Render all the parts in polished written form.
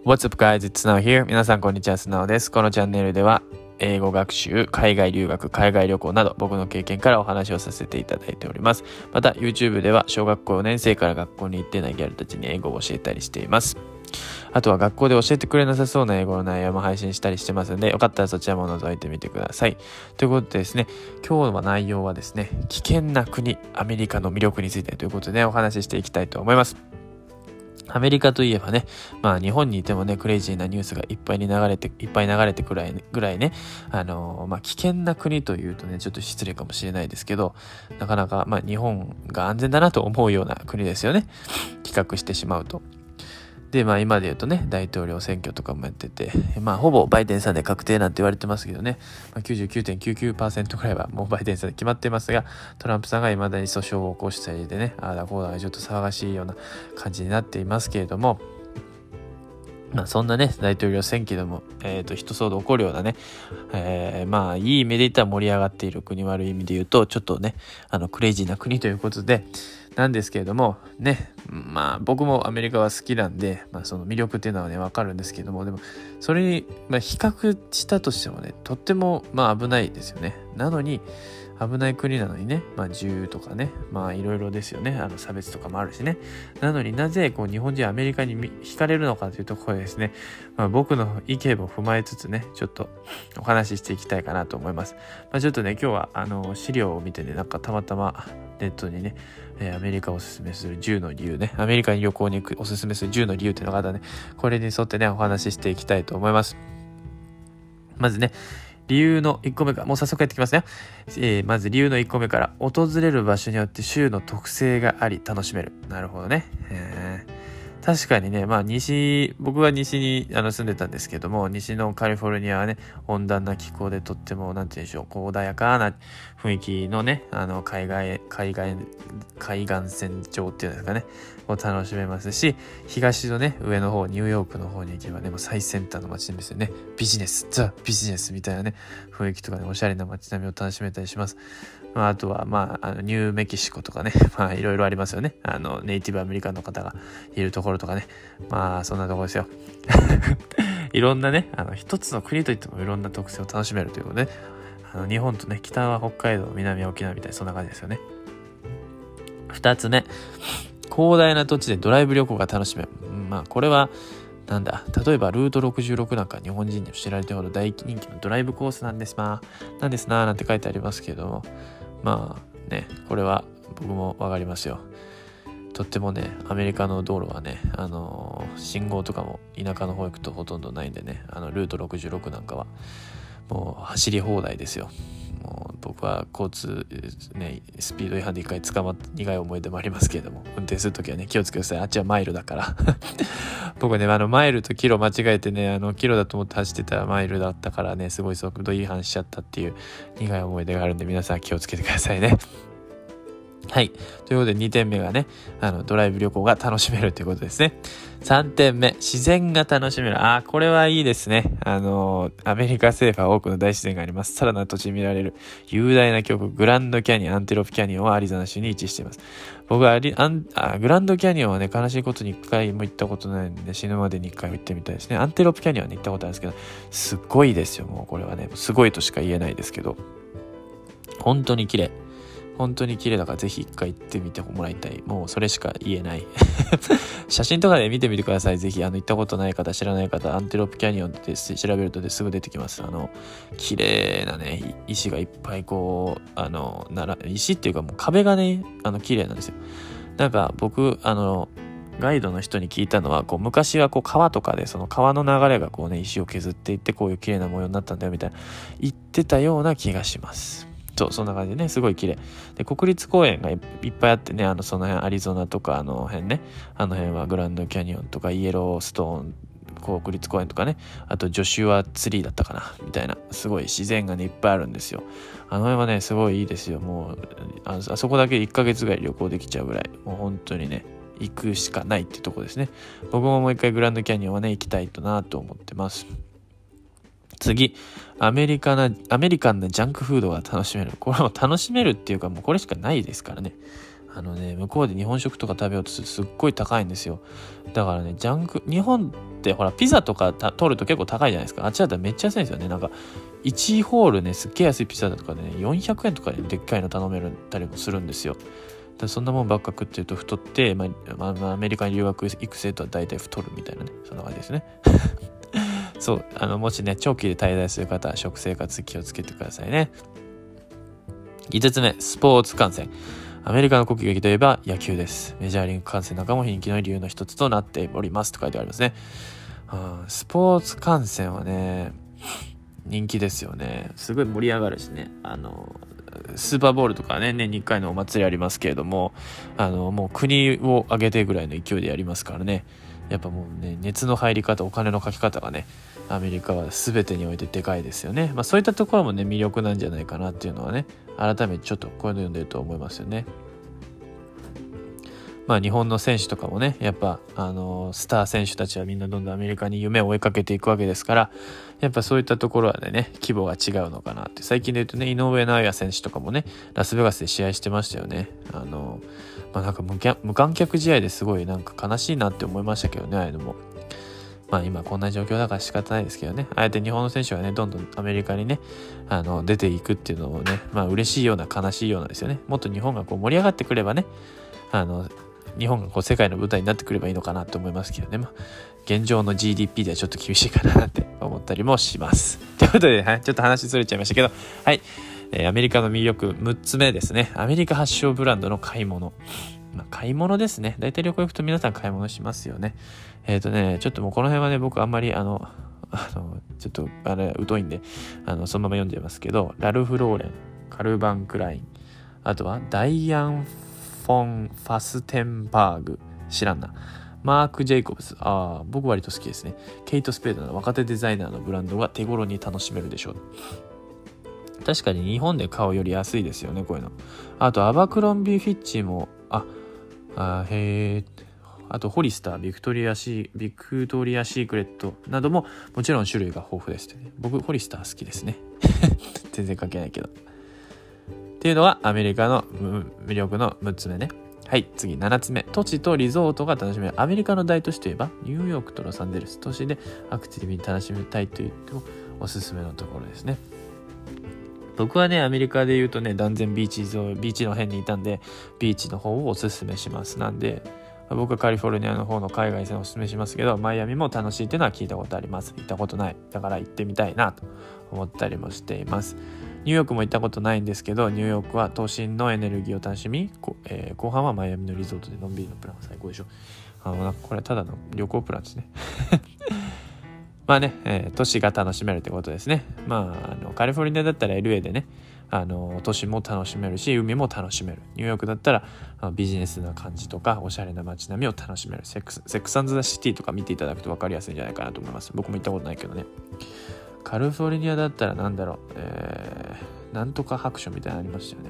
What's up guys, it's Snow here. 皆さんこんにちは、Snow です。このチャンネルでは英語学習、海外留学、海外旅行など僕の経験からお話をさせていただいております。また YouTube では小学校4年生から学校に行ってないギャルたちに英語を教えたりしています。あとは学校で教えてくれなさそうな英語の内容も配信したりしてますので、よかったらそちらも覗いてみてください。ということでですね、今日の内容はですね、危険な国、アメリカの魅力についてということでお話ししていきたいと思います。アメリカといえばね、日本にいてもね、クレイジーなニュースがいっぱい流れてくらいね、危険な国というとね、ちょっと失礼かもしれないですけど、なかなか日本が安全だなと思うような国ですよね。比較してしまうと。で、今で言うとね、大統領選挙とかもやってて、ほぼバイデンさんで確定なんて言われてますけどね、99.99% くらいはもうバイデンさんで決まってますが、トランプさんが未だに訴訟を起こしたりでね、ああだこうだがちょっと騒がしいような感じになっていますけれども、そんなね、大統領選挙でも、一騒動起こるようなね、いい意味で言ったら盛り上がっている国、悪い意味で言うと、ちょっとね、クレイジーな国ということで、なんですけれども、ね、僕もアメリカは好きなんで、その魅力っていうのはね、わかるんですけども、でも、それに、比較したとしてもね、とっても、危ないですよね。なのに、危ない国なのにね、銃とかね、いろいろですよね、差別とかもあるしね。なのになぜ日本人はアメリカに惹かれるのかというところでですね、僕の意見も踏まえつつね、ちょっとお話ししていきたいかなと思います。ちょっとね、今日は資料を見てね、たまたまネットにね、アメリカをおすすめする10の理由ね、アメリカに旅行に行くおすすめする10の理由っていうのがあったね、これに沿ってね、お話ししていきたいと思います。まずね、理由の1個目から、もう早速やってきますね。まず理由の1個目から、訪れる場所によって州の特性があり楽しめる。なるほどね。確かにね、僕は西に住んでたんですけども、西のカリフォルニアはね、温暖な気候でとっても、なんて言うんでしょう、穏やかな雰囲気のね、海岸線上っていうんですかね、を楽しめますし、東のね、上の方、ニューヨークの方に行けばね、もう最先端の街ですよね。ビジネスみたいなね、雰囲気とかね、おしゃれな街並みを楽しめたりします。あとは、ニューメキシコとかね、いろいろありますよね。ネイティブアメリカンの方がいるところとかね。そんなところですよ。いろんなね、一つの国といってもいろんな特性を楽しめるということで、日本とね、北は北海道、南は沖縄みたいな、そんな感じですよね。二つ目、広大な土地でドライブ旅行が楽しめる。これは、例えばルート66なんか日本人に知られてるほど大人気のドライブコースなんですなんて書いてありますけれども、これは僕もわかりますよ。とってもね、アメリカの道路はね、信号とかも田舎の方行くとほとんどないんでね、ルート66なんかはもう走り放題ですよ。もう僕は交通ね、スピード違反で一回捕まって苦い思い出もありますけれども、運転するときはね、気をつけてください。あっちはマイルだから僕ね、マイルとキロ間違えてね、キロだと思って走ってたらマイルだったからね、すごい速度違反しちゃったっていう苦い思い出があるんで、皆さん気をつけてくださいね。はい。ということで2点目がね、ドライブ旅行が楽しめるということですね。3点目、自然が楽しめる。これはいいですね。アメリカ西部は多くの大自然があります。さらな土地に見られる雄大な峡谷、グランドキャニオン、アンテロープキャニオンはアリゾナ州に位置しています。僕はグランドキャニオンはね、悲しいことに1回も行ったことないんで、死ぬまでに1回は行ってみたいですね。アンテロープキャニオンはね、行ったことあるんですけど、すっごいですよ。もうこれはね、すごいとしか言えないですけど、本当に綺麗だからぜひ一回行ってみてもらいたい。もうそれしか言えない写真とかで見てみてください。ぜひ行ったことない方、知らない方、アンテロープキャニオンって調べるとすぐ出てきます。綺麗なね、石がいっぱい石っていうかもう壁がね、綺麗なんですよ。僕ガイドの人に聞いたのは、昔は川とかでその川の流れが石を削っていってこういう綺麗な模様になったんだよみたいな言ってたような気がします。そんな感じでね、すごい綺麗で、国立公園がいっぱいあってね、その辺アリゾナとか辺ね、辺はグランドキャニオンとかイエローストーン国立公園とかね、あとジョシュアツリーだったかなみたいな、すごい自然がねいっぱいあるんですよ。辺はねすごいいいですよ。もうあそこだけ1ヶ月ぐらい旅行できちゃうぐらい、もう本当にね行くしかないっていうところですね。僕ももう一回グランドキャニオンはね行きたいなと思ってます。次、アメリカンなジャンクフードが楽しめる。これも楽しめるっていうか、もうこれしかないですからね。 向こうで日本食とか食べようとするとすっごい高いんですよ。だからね、日本ってほらピザとか取ると結構高いじゃないですか。あっちだったらめっちゃ安いんですよね。なんか1ホールね、すっげえ安いピザとかでね、400円とかででっかいの頼めたりもするんですよ。だそんなもんばっか食ってると太って、アメリカに留学行く生徒は大体太るみたいなね、そんな感じですね。そう、もしね、長期で滞在する方は食生活気をつけてくださいね。5つ目、スポーツ観戦。アメリカの国技といえば野球です。メジャーリーグ観戦なんかも人気の理由の一つとなっておりますと書いてありますね。スポーツ観戦はね、人気ですよね。すごい盛り上がるしね。スーパーボールとかね、年に1回のお祭りありますけれども、もう国を挙げてぐらいの勢いでやりますからね。やっぱもうね、熱の入り方、お金のかけ方がね、アメリカは全てにおいてでかいですよね。そういったところもね、魅力なんじゃないかなっていうのはね、改めてちょっとこういうの読んでると思いますよね。日本の選手とかもね、やっぱスター選手たちはみんなどんどんアメリカに夢を追いかけていくわけですから、やっぱそういったところはね、規模が違うのかなって。最近で言うとね、井上尚弥選手とかもね、ラスベガスで試合してましたよね。なんか無観客試合ですごいなんか悲しいなって思いましたけどね、ああいうのも。今こんな状況だから仕方ないですけどね、あえて日本の選手がね、どんどんアメリカにね、出ていくっていうのもね、嬉しいような悲しいようなですよね。もっと日本がこう盛り上がってくればね、日本がこう世界の舞台になってくればいいのかなと思いますけどね。現状の GDP ではちょっと厳しいかなって思ったりもします。ということで、ちょっと話ずれちゃいましたけど、はい。アメリカの魅力6つ目ですね。アメリカ発祥ブランドの買い物。買い物ですね。大体旅行行くと皆さん買い物しますよね。ちょっともうこの辺はね、僕あんまりちょっと疎いんで、そのまま読んじゃいますけど、ラルフ・ローレン、カルバン・クライン、あとはダイアン・フォン・ファステンバーグ、知らんな。マーク・ジェイコブス、僕割と好きですね。ケイト・スペードの若手デザイナーのブランドが手頃に楽しめるでしょう。確かに日本で買うより安いですよね、こういうの。あとアバクロンビー・フィッチも、あとホリスター、ビクトリア・シークレットなどももちろん種類が豊富ですね。僕ホリスター好きですね。全然関係ないけど。っていうのはアメリカの魅力の6つ目ね。はい、次7つ目。都市とリゾートが楽しめる。アメリカの大都市といえばニューヨークとロサンゼルス。都市でアクティブに楽しみたいと言ってもおすすめのところですね。僕はね、アメリカで言うとね、断然ビーチの辺にいたんで、ビーチの方をおすすめします。なんで、僕はカリフォルニアの方の海外線をおすすめしますけど、マイアミも楽しいっていうのは聞いたことあります。行ったことない。だから行ってみたいなと思ったりもしています。ニューヨークも行ったことないんですけど、ニューヨークは都心のエネルギーを楽しみ、後半はマイアミのリゾートでのんびりのプランは最高でしょ。これただの旅行プランですね。都市が楽しめるってことですね。カリフォルニアだったら LA でね、都市も楽しめるし、海も楽しめる。ニューヨークだったらビジネスな感じとか、おしゃれな街並みを楽しめる。セックス&ザ・シティとか見ていただくと分かりやすいんじゃないかなと思います。僕も行ったことないけどね。カリフォルニアだったらなんとか白書みたいなのありましたよね。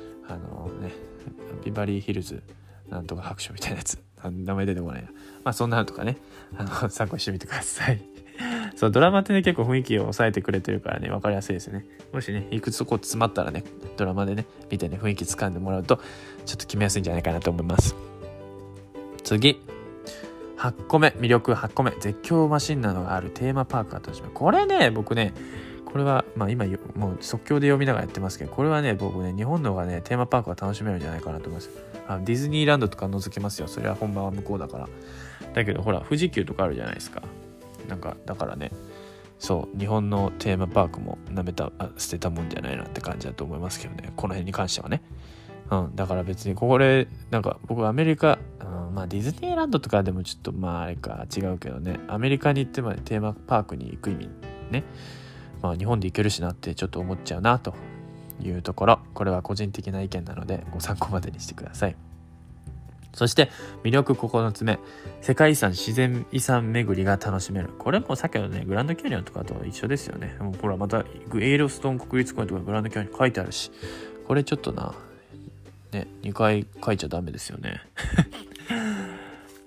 ビバリーヒルズなんとか白書みたいなやつ。名前出てこないな。そんなのとかね、参考にしてみてください。そう、ドラマってね、結構雰囲気を抑えてくれてるからね、分かりやすいですね。もしね、いくつこう詰まったらね、ドラマでね、見てね、雰囲気掴んでもらうと、ちょっと決めやすいんじゃないかなと思います。次。8個目、魅力8個目。絶叫マシンなどがあるテーマパークが楽しめる。これね、僕ね、これは、今、もう即興で読みながらやってますけど、これはね、僕ね、日本の方がね、テーマパークが楽しめるんじゃないかなと思います。ディズニーランドとか除けますよ。それは本場は向こうだから。だけど、ほら、富士急とかあるじゃないですか。だからね、そう、日本のテーマパークも捨てたもんじゃないなって感じだと思いますけどね。この辺に関してはね。だから別にこれ僕アメリカ、ディズニーランドとかでもちょっとあれか違うけどね、アメリカに行ってもテーマパークに行く意味ね、日本で行けるしなってちょっと思っちゃうなというところ。これは個人的な意見なのでご参考までにしてください。そして魅力9つ目、世界遺産自然遺産巡りが楽しめる。これもさっきのねグランドキャニオンとかと一緒ですよね。もうほらまたエイルストン国立公園とかグランドキャニオン書いてあるし、これちょっとなね、2回書いちゃダメですよね。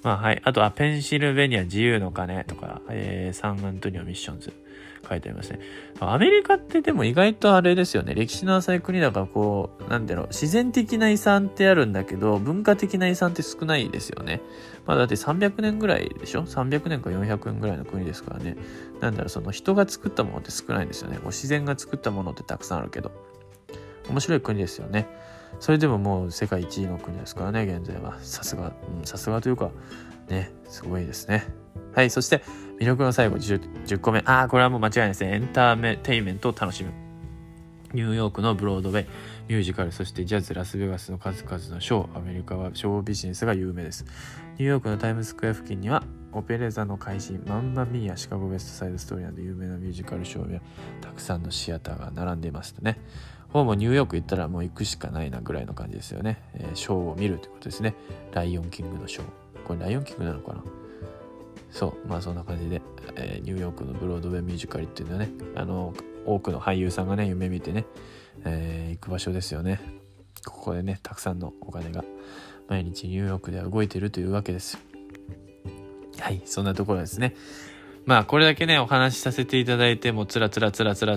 まあはい。あとはペンシルベニア自由の鐘とか、サンアントニオミッションズ書いてありますね。アメリカってでも意外とあれですよね。歴史の浅い国だからこう、なんだろう、自然的な遺産ってあるんだけど、文化的な遺産って少ないですよね。まあだって300年ぐらいでしょ ?300 年か400年ぐらいの国ですからね。なんだろう、その人が作ったものって少ないんですよね。こう自然が作ったものってたくさんあるけど。面白い国ですよね。それでももう世界一位の国ですからね、現在は。さすが、さすがというか、ね、すごいですね。はい、そして魅力の最後 10個目。これはもう間違いないですね。エンターテインメントを楽しむ。ニューヨークのブロードウェイ、ミュージカル、そしてジャズ、ラスベガスの数々のショー。アメリカはショービジネスが有名です。ニューヨークのタイムズスクエア付近には、オペレザの怪人、マンマミーヤ、シカゴウエストサイドストーリーなど有名なミュージカルショーやたくさんのシアターが並んでいますね。もうニューヨーク行ったらもう行くしかないなぐらいの感じですよね。ショーを見るということですね。ライオンキングのショー。これライオンキングなのかな。そう、まあそんな感じで、ニューヨークのブロードウェイミュージカルっていうのはね、多くの俳優さんがね、夢見てね、行く場所ですよね。ここでね、たくさんのお金が毎日ニューヨークでは動いているというわけです。はい、そんなところですね。まあこれだけねお話しさせていただいてもつらとね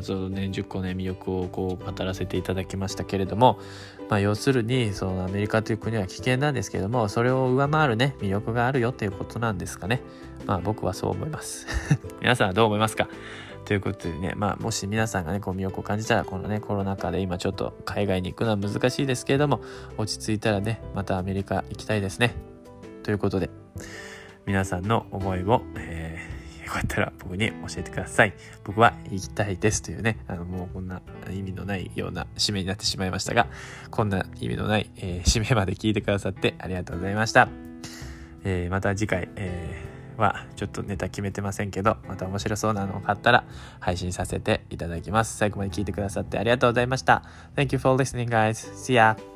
10個ね魅力をこう語らせていただきましたけれども、まあ要するにそのアメリカという国は危険なんですけども、それを上回るね魅力があるよということなんですかね。まあ僕はそう思います皆さんはどう思いますかということでね、まあもし皆さんがねこう魅力を感じたら、このねコロナ禍で今ちょっと海外に行くのは難しいですけれども、落ち着いたらねまたアメリカ行きたいですね。ということで皆さんの思いを、よかったら僕に教えてください。僕は行きたいですというね、もうこんな意味のないような締めになってしまいましたが、こんな意味のない、締めまで聞いてくださってありがとうございました。また次回、はちょっとネタ決めてませんけど、また面白そうなのがあったら配信させていただきます。最後まで聞いてくださってありがとうございました。Thank you for listening guys. See ya!